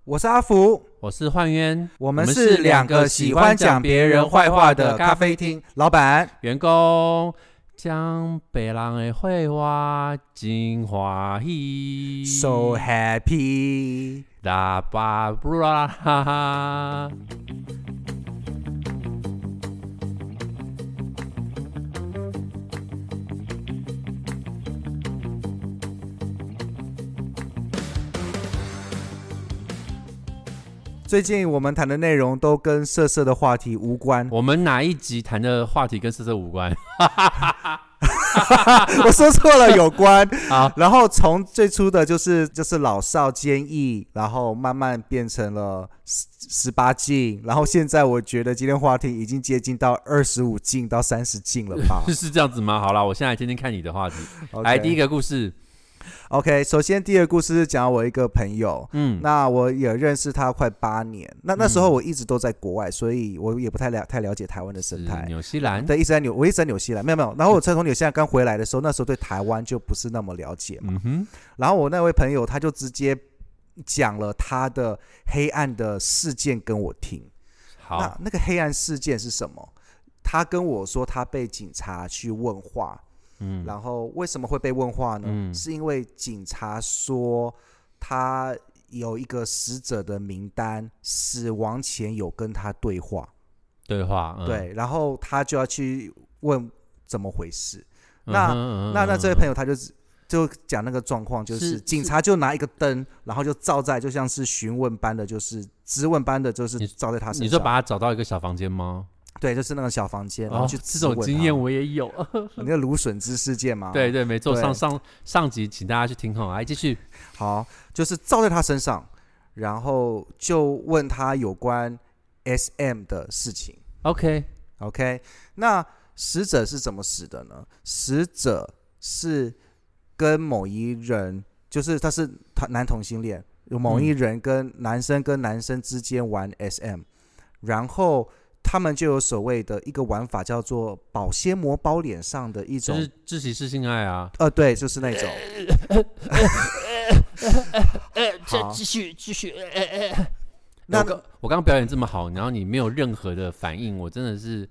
我是阿福， 我是焕渊， 我们是两个喜欢讲别人坏话的咖啡厅老板员工，讲别人的坏话真欢喜 ，So happy， 啦吧布啦哈哈。 最近我们谈的内容都跟色色的话题无关。 我们哪一集谈的话题跟色色无关？ 我说错了，有关。 好， 然后从最初的就是老少皆宜，然后慢慢变成了18禁，然后现在我觉得今天话题已经接近到25禁到30禁了吧？ 是这样子吗？好啦，我现在听听看你的话题。 Okay. 来，第一个故事。 OK， 首先第二个故事是讲我一个朋友，那我也认识他快8年，那时候我一直都在国外，所以我也不太了解台湾的生态。 纽西兰， 对，我一直在纽西兰，没有。然后我从纽西兰刚回来的时候，那时候对台湾就不是那么了解嘛。然后我那位朋友他就直接讲了他的黑暗的事件跟我听。 好， 那个黑暗事件是什么？他跟我说他被警察去问话。然后为什么会被问话呢？是因为警察说他有一个死者的名单，死亡前有跟他对话，对，然后他就要去问怎么回事。那这位朋友他就讲那个状况，就是警察就拿一个灯，然后就照在，就像是询问般的，就是质问般的，就是照在他身上。 你说把他找到一个小房间吗？ 对，就是那个小房间，然后去质问他。 这种经验我也有。 你那个芦笋汁事件吗？ 对，没错。上集请大家去听哈，来继续。 好，就是照在他身上，然后就问他有关 SM 的事情。 OK， 那死者是怎么死的呢？死者是跟某一人，就是他是男同性恋，有某一人跟男生之间玩 SM，然后他们就有所谓的一个玩法叫做保鲜膜包脸上的一种， 就是窒息式性爱啊。 对，就是那种。 继续。那我刚表演这么好，然后你没有任何的反应，我真的是，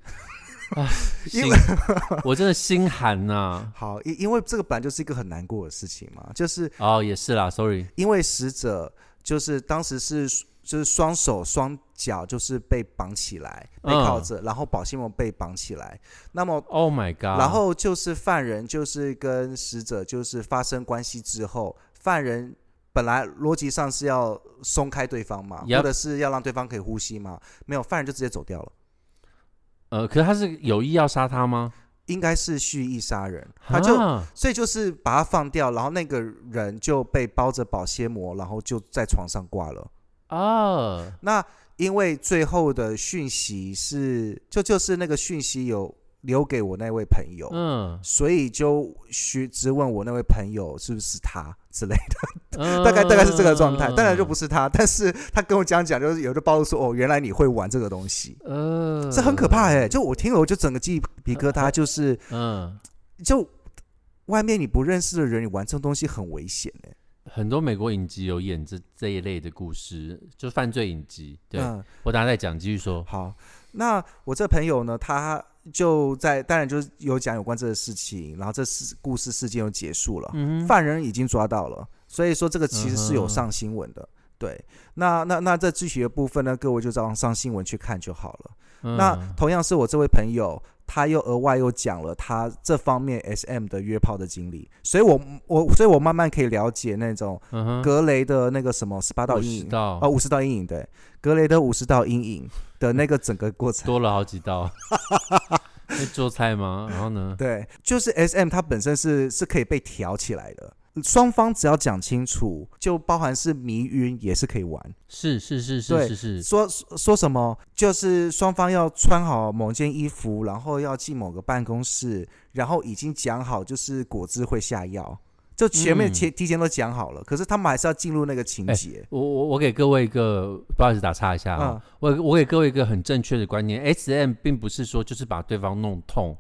我真的心寒呐。 好，因为这个本来就是一个很难过的事情嘛，就是也是啦 ，sorry。 因为死者就是当时就是双手双脚就是被绑起来，被铐着，然后保鲜膜被绑起来。那么 ，Oh my god！ 然后就是犯人就是跟死者就是发生关系之后，犯人本来逻辑上是要松开对方嘛，或者是要让对方可以呼吸嘛，没有，犯人就直接走掉了。 可是他是有意要杀他吗？ 应该是蓄意杀人，所以就是把他放掉，然后那个人就被包着保鲜膜，然后就在床上挂了。那因为最后的讯息是就是那个讯息有留给我那位朋友，所以就质问我那位朋友是不是他之类的，大概是这个状态。当然就不是他，但是他跟我讲就是有的暴露说原来你会玩这个东西，这很可怕就我听了我就整个鸡皮疙瘩，就是就外面你不认识的人，你玩这种东西很危险很多美国影集有演这一类的故事，就犯罪影集。对，我等下再讲，继续说。 好，那我这朋友呢，他就当然就有讲有关这个事情，然后这故事事件又结束了，犯人已经抓到了，所以说这个其实是有上新闻的。对，那这具体的部分呢，各位就照上新闻去看就好了。那同样是我这位朋友，他又额外又讲了他这方面 SM 的约炮的经历，所以我慢慢可以了解那种格雷的那个什么18道阴影50道阴影，对，格雷的50道阴影的那个整个过程多了好几道。会做菜吗？然后呢？ 对，就是 SM 它本身是可以被调起来的。双方只要讲清楚，就包含是迷晕也是可以玩。是，说什么就是双方要穿好某件衣服，然后要进某个办公室，然后已经讲好就是果汁会下药，就前面提前都讲好了，可是他们还是要进入那个情节。 我给各位一个，不好意思打岔一下我给各位一个很正确的观念，SM 并不是说就是把对方弄痛。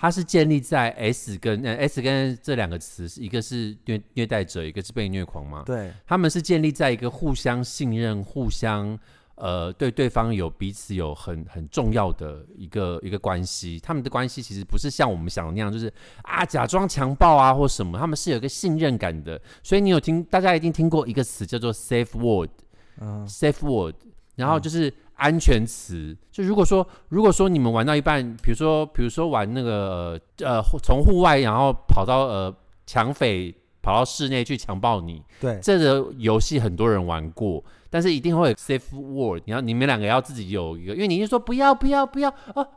它是建立在 S 跟 这两个词，一个是虐待者，一个是被虐狂嘛。 对， 他们是建立在一个互相信任、互相对对方有彼此有很重要的一个关系。他们的关系其实不是像我们想的那样，就是假装强暴啊或什么，他们是有一个信任感的。所以大家一定听过一个词叫做 safe word，safe word， 然后就是安全词。就如果说你们玩到一半，比如说玩那个从户外然后跑到抢匪跑到室内去强暴你， 对， 这个游戏很多人玩过，但是一定会有 safe word， 你们两个要自己有一个，因为你就说不要，不要，你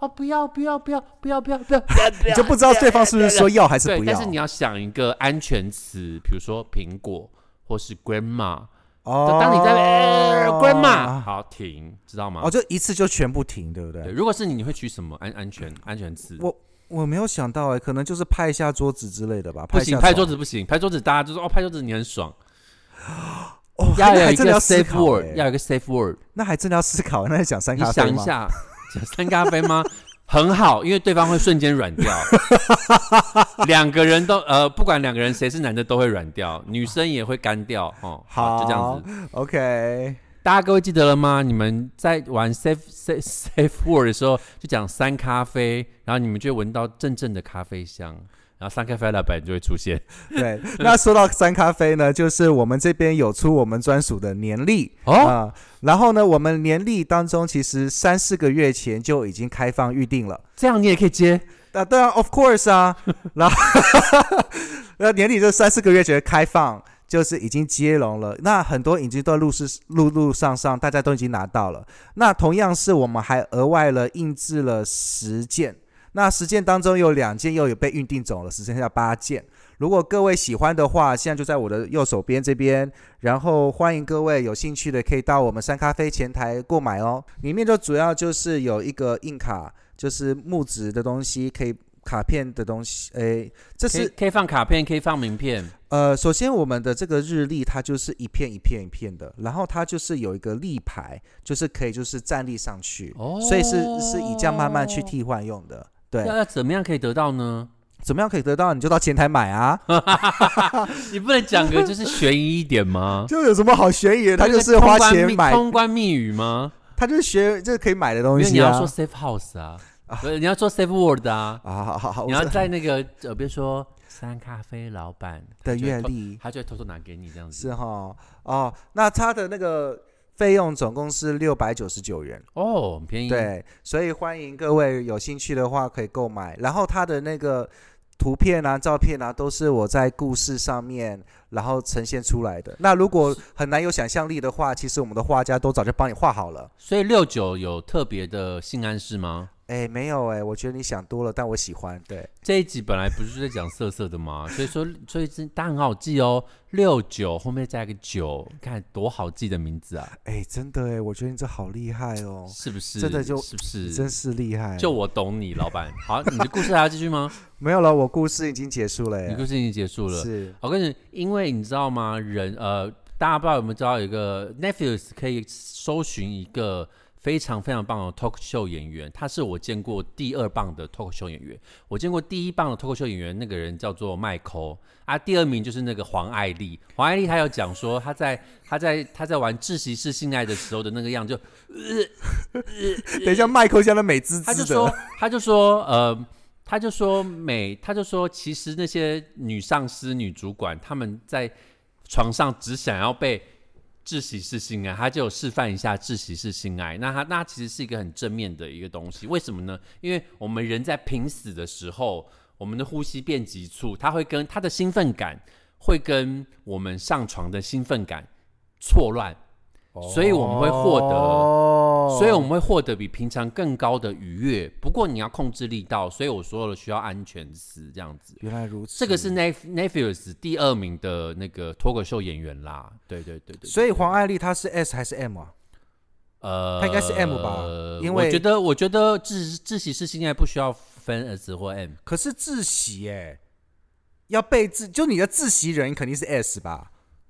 就不知道对方是不是说要还是不要。 但是你要想一个安全词，比如说苹果或是 grandma。当你在grandma 好停，知道吗？ 就一次就全部停，对不对？ 对，如果是你会取什么安全词？ 我没有想到可能就是拍一下桌子之类的吧。 不行，拍桌子不行，拍桌子大家就说拍桌子你很爽。 要有一个 safe word， 要有一个 safe word。 那还真的要思考。那讲三咖啡吗？ 你想一下，讲三咖啡吗？很好，因为对方会瞬间软掉。两个人都不管两个人谁是男的都会软掉，女生也会干掉。好，就这样子。 OK， 大家各位记得了吗？你们在玩 safe word 的时候，就讲三咖啡，然后你们就会闻到阵阵的咖啡香。然后三咖啡老板就会出现。 对，那说到三咖啡呢，就是我们这边有出我们专属的年历然后呢，我们年历当中其实3-4个月前就已经开放预定了。 这样你也可以接对啊 ，of course 啊。然后年历就3-4个月前开放，就是已经接龙了。那很多已经都陆上，大家都已经拿到了。那同样是我们还额外印制了10件。那10件当中有2件又有被预定走了，只剩下8件。如果各位喜欢的话，现在就在我的右手边这边，然后欢迎各位有兴趣的可以到我们三咖啡前台购买哦。里面就主要就是有一个印卡，就是木质的东西，可以卡片的东西，这是可以放卡片，可以放名片。 首先我们的这个日历它就是一片一片一片的，然后它就是有一个立牌，就是可以就是站立上去，所以是以这样慢慢去替换用的。对， 要怎么样可以得到呢？ 怎么样可以得到？你就到前台买啊！ 你不能讲个就是悬疑一点吗？ 就有什么好悬疑的？他就是花钱买通关密语吗？ 他就是学这可以买的东西啊！ 因为你要说 safe house 啊，你要说 safe word 啊！ 好， 你要在那个比如说三咖啡老板的阅历， 他就会偷偷拿给你这样子。 是那他的那个费用总共是699元很便宜。 对，所以欢迎各位有兴趣的话可以购买。然后他的那个图片啊、照片啊，都是我在故事上面然后呈现出来的。那如果很难有想象力的话，其实我们的画家都早就帮你画好了。 所以69有特别的性暗示吗？ 没有我觉得你想多了，但我喜欢。对， 这一集本来不是在讲色色的吗？所以大家很好记哦，69后面加一个9，看多好记的名字啊！ 真的我觉得你这好厉害哦， 是不是？ 真的是不是？真是厉害！ 就我懂你，老板。好，你的故事还要继续吗？ 没有了，我故事已经结束了。 你故事已经结束了。 是， 我跟你，因为你知道吗？大家不知道有没有知道有一个 Netflix 可以搜寻一个非常非常棒的 talk show 演员，他是我见过第2棒的 talk show 演员。我见过第1棒的 talk show 演员，那个人叫做麦克第2名就是那个黄艾丽。黄艾丽他有讲说他在玩窒息式性爱的时候的那个样就等一下，麦克像那美滋滋的， 他就说其实那些女上司、女主管他们在床上只想要被窒息式性爱，他就有示范一下窒息式性爱。那其实是一个很正面的一个东西。为什么呢？因为我们人在濒死的时候，我们的呼吸变急促，他的兴奋感会跟我们上床的兴奋感错乱，所以我们会获得比平常更高的愉悦。不过你要控制力道，所以我说了需要安全词这样子。 原来如此， 这个是 Netflix 第2名的那个脱口秀演员啦。对。 所以黄艾丽她是 S 还是 M 啊？她应该是 M 吧？因为我觉得窒息式性爱不需要分 S 或 M。 可是窒息要被就你的窒息人肯定是 S 吧？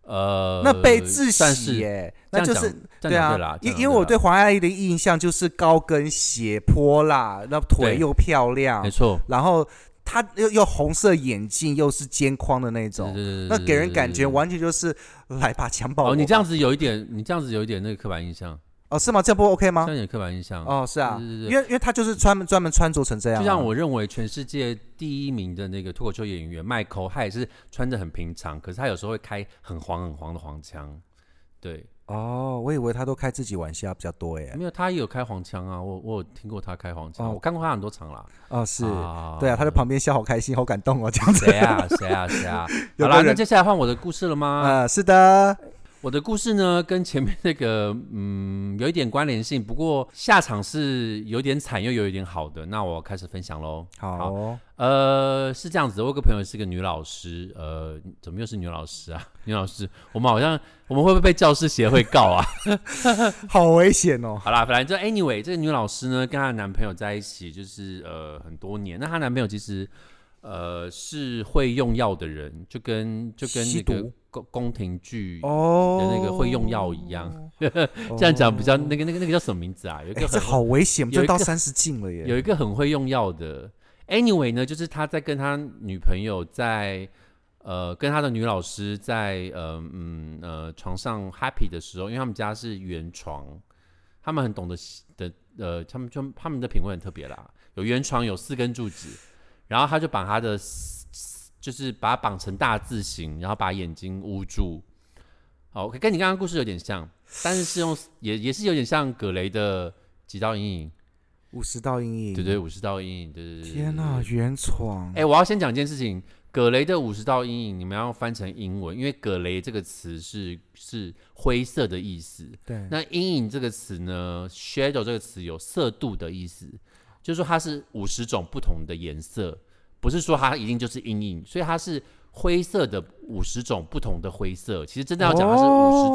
那被窒息耶，那就是对啊，因为我对黄爱丽的印象就是高跟鞋泼辣，那腿又漂亮， 没错， 然后她又红色眼镜，又是尖框的那种，那给人感觉完全就是来吧强暴我吧。 你这样子有一点那个刻板印象。 是吗？这样不 OK 吗？ 这样有刻板印象是啊，因为他就是专门穿着成这样， 就像我认为全世界第1名的那个脱口秀演员麦克，他也是穿着很平常，可是他有时候会开很黄的黄腔，对。 我以为他都开自己玩笑比较多耶。 没有，他也有开黄腔啊，我有听过他开黄腔，我看过他很多场啦。 是，对啊，他在旁边笑好开心，好感动哦，这样子。 谁啊？好啦，那接下来换我的故事了吗？ 是的。 我的故事呢，跟前面那个有一点关联性，不过下场是有点惨又有一点好的。那我开始分享喽。 好， 是这样子的，我有个朋友是个女老师，怎么又是女老师啊？女老师，我们会不会被教师协会告啊？ 好危险哦！ 好啦，反正就 anyway， 这个女老师呢，跟她的男朋友在一起就是很多年。那她男朋友其实是会用药的人，就跟那个宫廷剧的那个会用药一样。这样讲比较那个叫什么名字啊？有一个这好危险，这到30禁了耶。 有一个很会用药的 ，anyway 呢，就是他在跟他女朋友在跟他的女老师在床上 happy 的时候，因为他们家是圆床，他们很懂得他们的品味很特别啦，有圆床，有4根柱子。然后他就把就是把它绑成大字形，然后把眼睛捂住。好，跟你刚刚故事有点像，但是也是有点像葛雷的几道阴影 ，50道阴影。 对，50道阴影，对。 天哪，原创！ 我要先讲一件事情，葛雷的50道阴影，你们要翻成英文，因为葛雷这个词是灰色的意思。 对。 那阴影这个词呢 ，shadow 这个词有色度的意思。就是说它是50种不同的颜色，不是说它一定就是阴影，所以它是灰色的50种不同的灰色。其实真的要讲，它是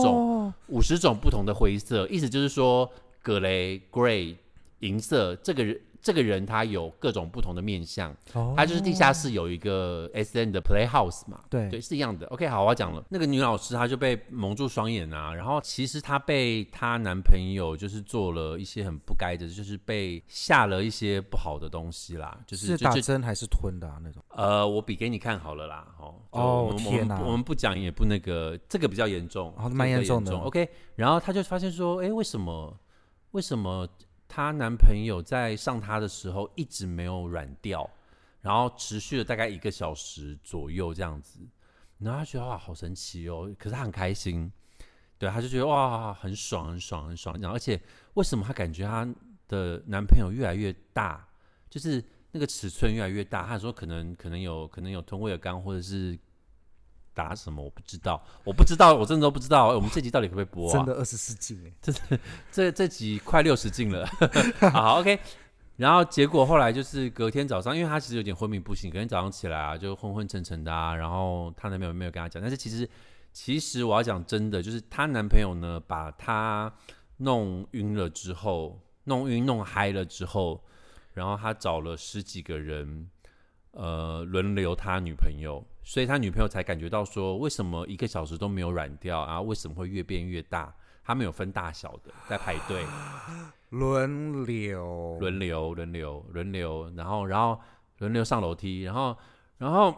50种不同的灰色，意思就是说，葛雷 gray 银色，这个人他有各种不同的面相，他就是地下室有一个 SN 的 Playhouse 嘛，对，是一样的。OK， 好，我要讲了。那个女老师她就被蒙住双眼啊，然后其实她被她男朋友就是做了一些很不该的，就是被下了一些不好的东西啦，是打针还是吞的那种？ 我比给你看好了啦， 天哪， 我们不讲也不那个，这个比较严重， 蛮严重的。 OK， 然后她就发现说，为什么？她男朋友在上她的时候一直没有软掉，然后持续了大概1个小时左右这样子，然后她觉得哇好神奇哦，可是她很开心，对，她就觉得哇很爽，然后而且为什么她感觉她的男朋友越来越大，就是那个尺寸越来越大，她说可能有吞威尔刚或者是打什么我不知道，我真的都不知道。我们这集到底可不可以播啊？ 真的24禁哎，这集快60禁了。好 OK， 然后结果后来就是隔天早上，因为她其实有点昏迷不醒，隔天早上起来啊就昏昏沉沉的啊，然后她男朋友没有跟她讲，但是其实我要讲真的，就是她男朋友呢把她弄晕了之后，弄嗨了之后，然后他找了10几个人。轮流他女朋友，所以他女朋友才感觉到说，为什么1个小时都没有软掉啊？为什么会越变越大？他们有分大小的，在排队， 轮流， 然后轮流上楼梯，然后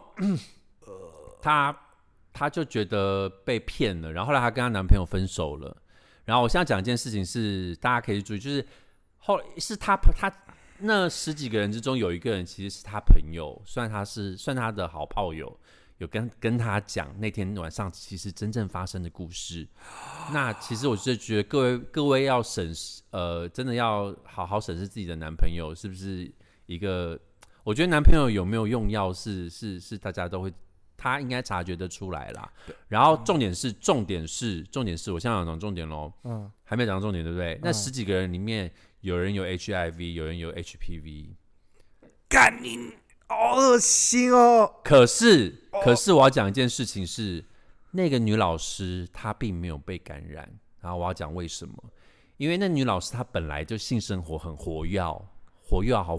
他就觉得被骗了，然后后来他跟他男朋友分手了。然后我现在讲一件事情是大家可以注意，就是是他那10几个人之中有一个人其实是他朋友，算他的好炮友，有跟他讲那天晚上其实真正发生的故事。那其实我就觉得各位要真的要好好审视自己的男朋友是不是一个，我觉得男朋友有没有用药是大家都会，他应该察觉得出来啦。然后重点是，我现在要讲重点咯，还没有讲重点对不对？那10几个人里面。有人有 HIV， 有人有 HPV， 干你好恶心哦！ 可是我要讲一件事情是，那个女老师她并没有被感染，然后我要讲为什么？因为那女老师她本来就性生活很活跃，很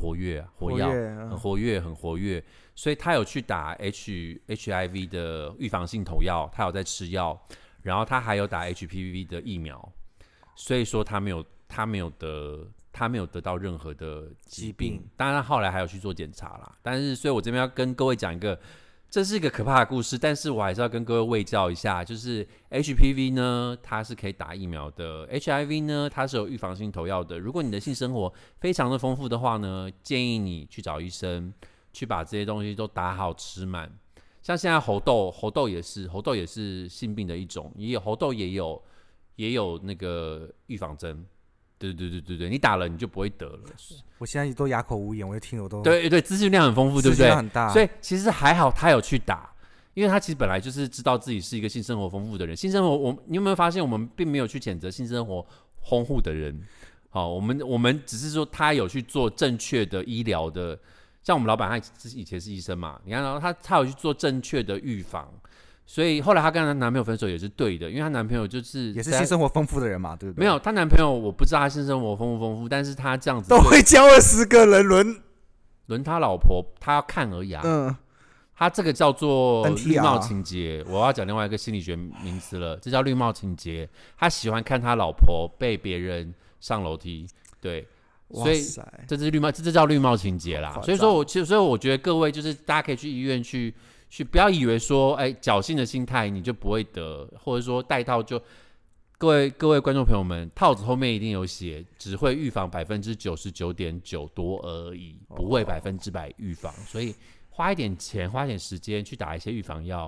活跃，所以她有去打 HIV 的预防性头药，她有在吃药， 然后他还有打 HPV 的疫苗，所以说他没有得到任何的疾病。当然他后来还有去做检查啦，但是所以我这边要跟各位讲一个，这是一个可怕的故事，但是我还是要跟各位卫教一下，就是 HPV 呢它是可以打疫苗的， HIV 呢它是有预防性投药的。如果你的性生活非常的丰富的话呢，建议你去找医生去把这些东西都打好吃满。像现在猴痘也是性病的一种，猴痘也有那个预防针。对，你打了你就不会得了。 我现在都哑口无言，我听我都对，资讯量很丰富，对不对？ 资讯量很大， 所以其实还好他有去打，因为他其实本来就是知道自己是一个性生活丰富的人。性生活，你有没有发现我们并没有去谴责性生活丰富的人？好，我们只是说他有去做正确的医疗的，像我们老板他以前是医生嘛，你看他有去做正确的预防。所以后来她跟她男朋友分手也是对的，因为她男朋友也是性生活丰富的人嘛，对不对？ 没有，她男朋友我不知道他性生活丰不丰富，但是他这样子都会教20个人轮他老婆，他要看而已啊。他这个叫做绿帽情节，我要讲另外一个心理学名词了，这叫绿帽情节。他喜欢看他老婆被别人上楼梯，对，所以这叫绿帽情节啦。所以说我觉得各位就是大家可以去医院去不要以为说侥幸的心态你就不会得，或者说戴套就各位观众朋友们，套子后面一定有写只会预防 99.9% 多而已，不会100%预防。所以花一点钱花一点时间去打一些预防药。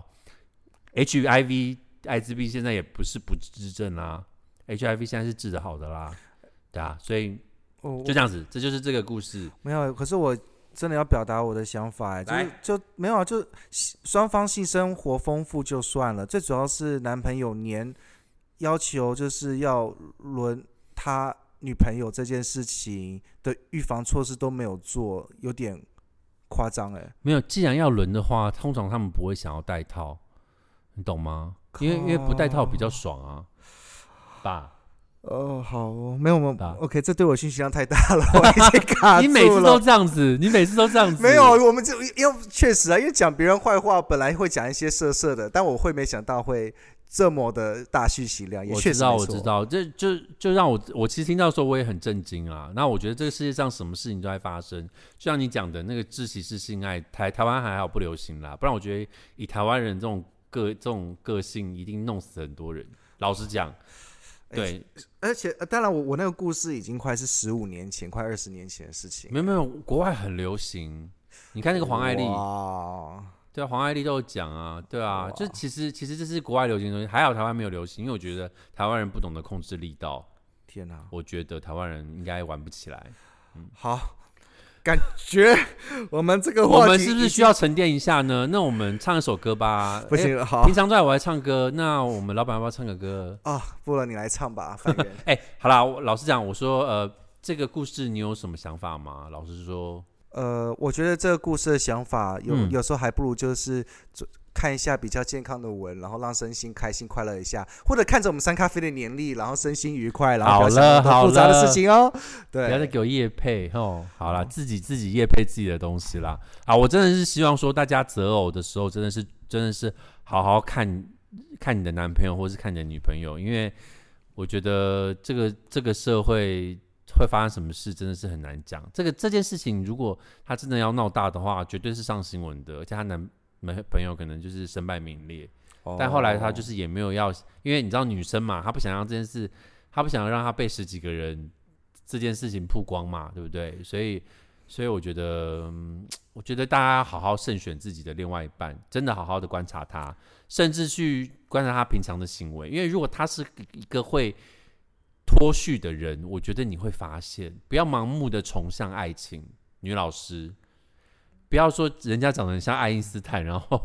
HIV 艾滋病现在也不是不治症啦， HIV 现在是治得好的啦，对啊，所以就这样子，这就是这个故事。 没有，可是我真的要表达我的想法，就没有，就双方性生活丰富就算了，最主要是男朋友要求就是要轮他女朋友这件事情的预防措施都没有做，有点夸张没有，既然要轮的话，通常他们不会想要戴套，你懂吗？因为不戴套比较爽啊，爸。 好哦，没有，OK， 这对我信息量太大了，我已经卡住了。 你每次都这样子， 没有，我们就因为确实啊，因为讲别人坏话本来会讲一些色的，但我会没想到会这么的大讯息量，也确实我知道，这就让我其实听到的时候我也很震惊啊。那我觉得这个世界上什么事情都在发生，就像你讲的那个窒息式性爱，台湾还好不流行啦，不然我觉得以台湾人这种个性，一定弄死很多人。老实讲。对， 而且当然我那个故事已经快是15年前快20年前的事情。 没有，国外很流行。你看那个黄爱丽，对啊，黄爱丽都有讲啊，对啊，就其实这是国外流行的东西，还好台湾没有流行，因为我觉得台湾人不懂得控制力道。 天哪， 我觉得台湾人应该玩不起来。 好。感觉我们这个话题， 我们是不是需要沉淀一下呢？那我们唱一首歌吧。 不行，好。 平常在我来唱歌，那我们老板要不要唱个歌不然你来唱吧，范源。 好啦，老实讲，我说这个故事你有什么想法吗？老实说， 我觉得这个故事的想法有时候还不如就是看一下比较健康的文，然后让身心开心快乐一下，或者看着我们3咖啡的年历，然后身心愉快，然后不要想很多复杂的事情哦。对， 不要再给我业配好啦，自己业配自己的东西啦。我真的是希望说大家择偶的时候真的是好好看你的男朋友或是看你的女朋友，因为我觉得这个社会会发生什么事真的是很难讲。这件事情如果他真的要闹大的话，绝对是上新闻的，而且他男朋友可能就是身败名裂。但后来他就是也没有要，因为你知道女生嘛，她不想让这件事，她不想让她被10几个人这件事情曝光嘛，对不对？所以我觉得大家好好慎选自己的另外一半，真的好好的观察他，甚至去观察他平常的行为，因为如果他是一个会脱序的人，我觉得你会发现，不要盲目的崇尚爱情。女老师，不要说人家长得很像爱因斯坦，然后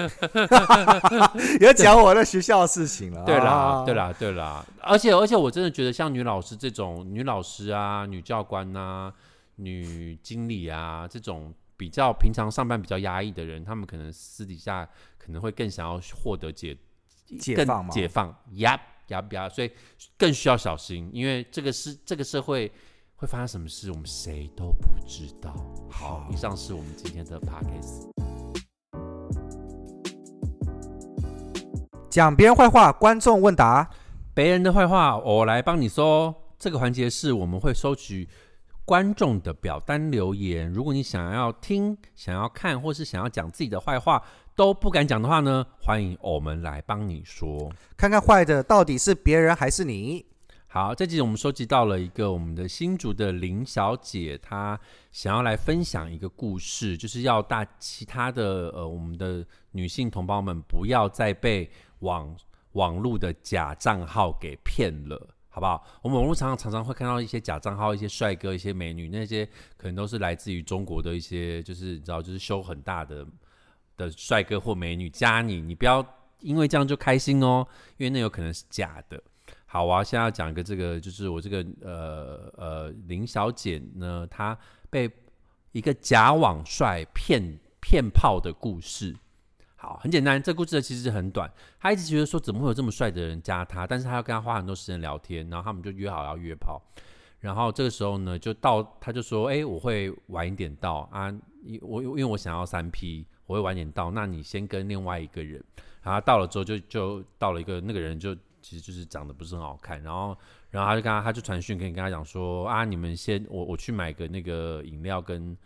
也讲我在学校的事情了。 对啦，而且我真的觉得像女老师这种女老师啊、女教官啊、女经理啊这种比较平常上班比较压抑的人，他们可能私底下可能会更想要获得解放所以更需要小心，因为这个社会会发生什么事，我们谁都不知道。好，以上是我们今天的 Podcast。 讲别人坏话，观众问答。 别人的坏话，我来帮你说。这个环节是我们会收取观众的表单留言。如果你想要听、想要看，或是想要讲自己的坏话，都不敢讲的话呢，欢迎我们来帮你说， 看看坏的到底是别人还是你。 好，这集我们收集到了一个我们的新竹的林小姐，她想要来分享一个故事，就是要其他的我们的女性同胞们不要再被网络的假账号给骗了，好不好？我们网络常常会看到一些假账号，一些帅哥，一些美女，那些可能都是来自于中国的一些，就是你知道，就是胸很大的帅哥或美女加你，你不要因为这样就开心哦，因为那有可能是假的。好，我现在要讲一个这个，就是我这个林小姐呢，她被一个假网帅骗炮的故事。好，很简单，这故事其实很短。她一直觉得说，怎么会有这么帅的人加她？但是她要跟他花很多时间聊天，然后他们就约好要约炮。然后这个时候呢，他就说，我会晚一点到啊，因为我想要3P，我会晚一点到。那你先跟另外一个人，然后到了之后就到了一个那个人就。其实就是长得不是很好看，然后他就传讯跟他讲说啊，你们先我去买个那个饮料跟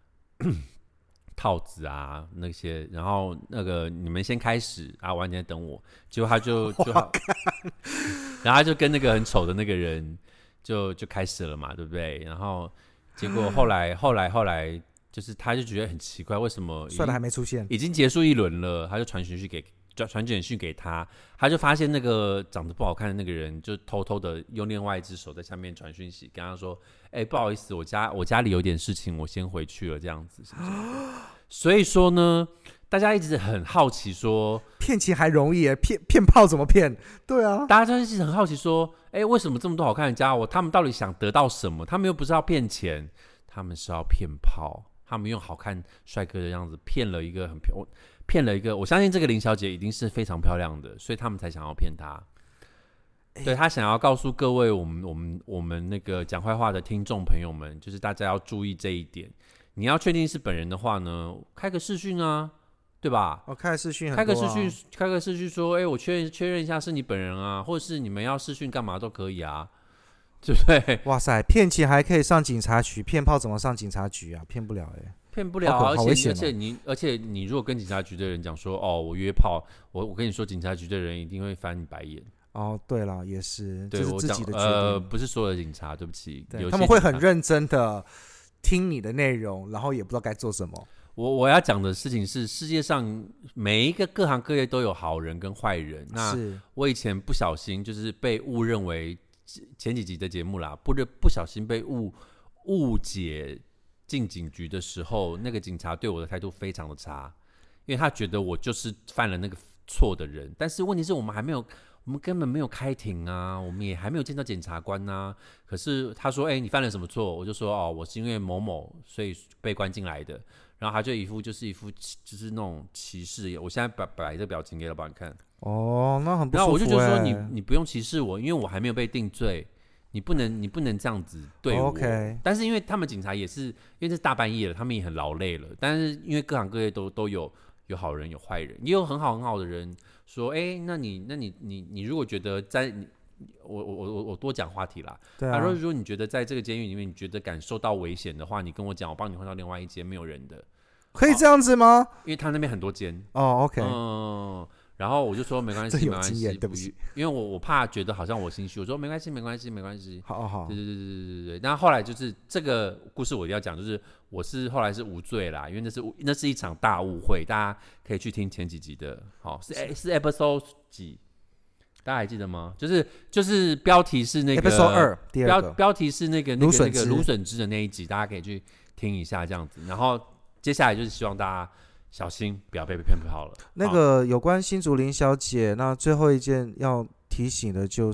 套子啊那些，然后那个你们先开始啊，晚点等我。结果他就然后他就跟那个很丑的那个人就开始了嘛，对不对？然后结果后来就是他就觉得很奇怪，为什么帅的还没出现， 已经结束一轮了，他就传简讯给他，他就发现那个长得不好看的那个人就偷偷的用另外一只手在下面传讯息，跟他说：“不好意思，我家里有点事情，我先回去了。”这样子，所以说呢，大家一直很好奇说， 骗钱还容易耶，骗炮怎么骗？对啊， 大家就一直很好奇说，为什么这么多好看的家伙，他们到底想得到什么？他们又不是要骗钱，他们是要骗炮，他们用好看帅哥的样子骗了一个我相信这个林小姐一定是非常漂亮的，所以他们才想要骗她。对，她想要告诉各位我们那个讲坏话的听众朋友们，就是大家要注意这一点。你要确定是本人的话呢，开个视讯啊，对吧？ 开个视讯， 开个视讯说，我确认一下是你本人啊，或者是你们要视讯干嘛都可以啊，对不对？ 哇塞，骗钱还可以上警察局，骗炮怎么上警察局啊？骗不了骗不了，而且你如果跟警察局的人讲说，我约炮，我跟你说，警察局的人一定会翻你白眼。 哦，对了，也是， 对， 这是自己的决定， 不是所有的警察，对不起， 他们会很认真的听你的内容，然后也不知道该做什么。 我要讲的事情是，世界上每一个各行各业都有好人跟坏人。那我以前不小心就是被误认为前几集的节目啦，不小心被误解进警局的时候，那个警察对我的态度非常的差，因为他觉得我就是犯了那个错的人。但是问题是我们根本没有开庭啊，我们也还没有见到检察官啊。可是他说，你犯了什么错？我就说，我是因为某某所以被关进来的。然后他就一副就是那种歧视。我现在摆这个表情给老板看。 哦，那很不舒服。 然后我就觉得说，你不用歧视我，因为我还没有被定罪。你不能这样子对我。 Okay. 但是因为他们警察也是，因为这是大半夜了，他们也很劳累了。但是因为各行各业都有好人有坏人，也有很好的人说，那你如果觉得在我多讲话题啦。 对啊。 如果你觉得在这个监狱里面，你觉得感受到危险的话，你跟我讲，我帮你换到另外一间没有人的。 可以这样子吗？ 因为他那边很多间。 OK。 然后我就说没关系，没关系， 对不起， 因为我怕觉得好像我心虚，我说没关系。 好。 对。那后来就是这个故事我一定要讲，就是我后来是无罪啦，因为那是一场大误会，大家可以去听前几集的。好，是 episode 几？大家还记得吗？就是标题是那个 episode 2，第二个标题是那个芦笋汁的那一集，大家可以去听一下这样子。然后接下来就是希望大家小心，不要被骗炮了。 那个有关新竹林小姐，那最后一件要提醒的就是，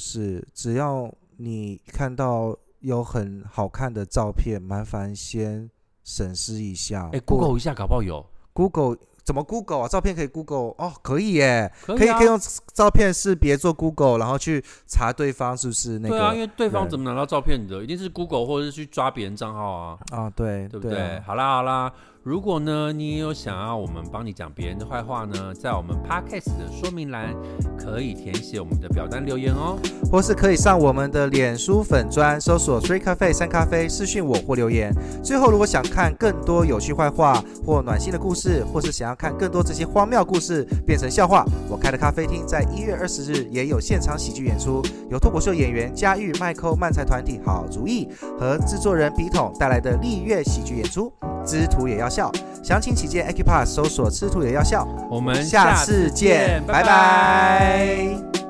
只要你看到有很好看的照片，麻烦先审视一下。 Google 一下，搞不好有。 Google 怎么 Google 啊？照片可以 Google 哦，可以耶，可以用照片识别做 Google， 然后去查对方是不是那个。 对啊，因为对方怎么拿到照片的？一定是 Google 或者是去抓别人账号啊。 对不对？好啦， 如果呢你也有想要我们帮你讲别人的坏话呢，在我们 Podcast 的说明栏可以填写我们的表单留言哦， 或是可以上我们的脸书粉专搜索 Three Cafe 3咖啡私讯我或留言。最后如果想看更多有趣坏话或暖心的故事，或是想要看更多这些荒谬故事变成笑话，我开的咖啡厅在1月20日也有现场喜剧演出，由脱口秀演员嘉玉、麦扣漫才团体好主意和制作人笔筒带来的丽月喜剧演出，吃土也要笑。详情起见 Acupass 搜索吃土也要笑。 我们下次见，拜拜。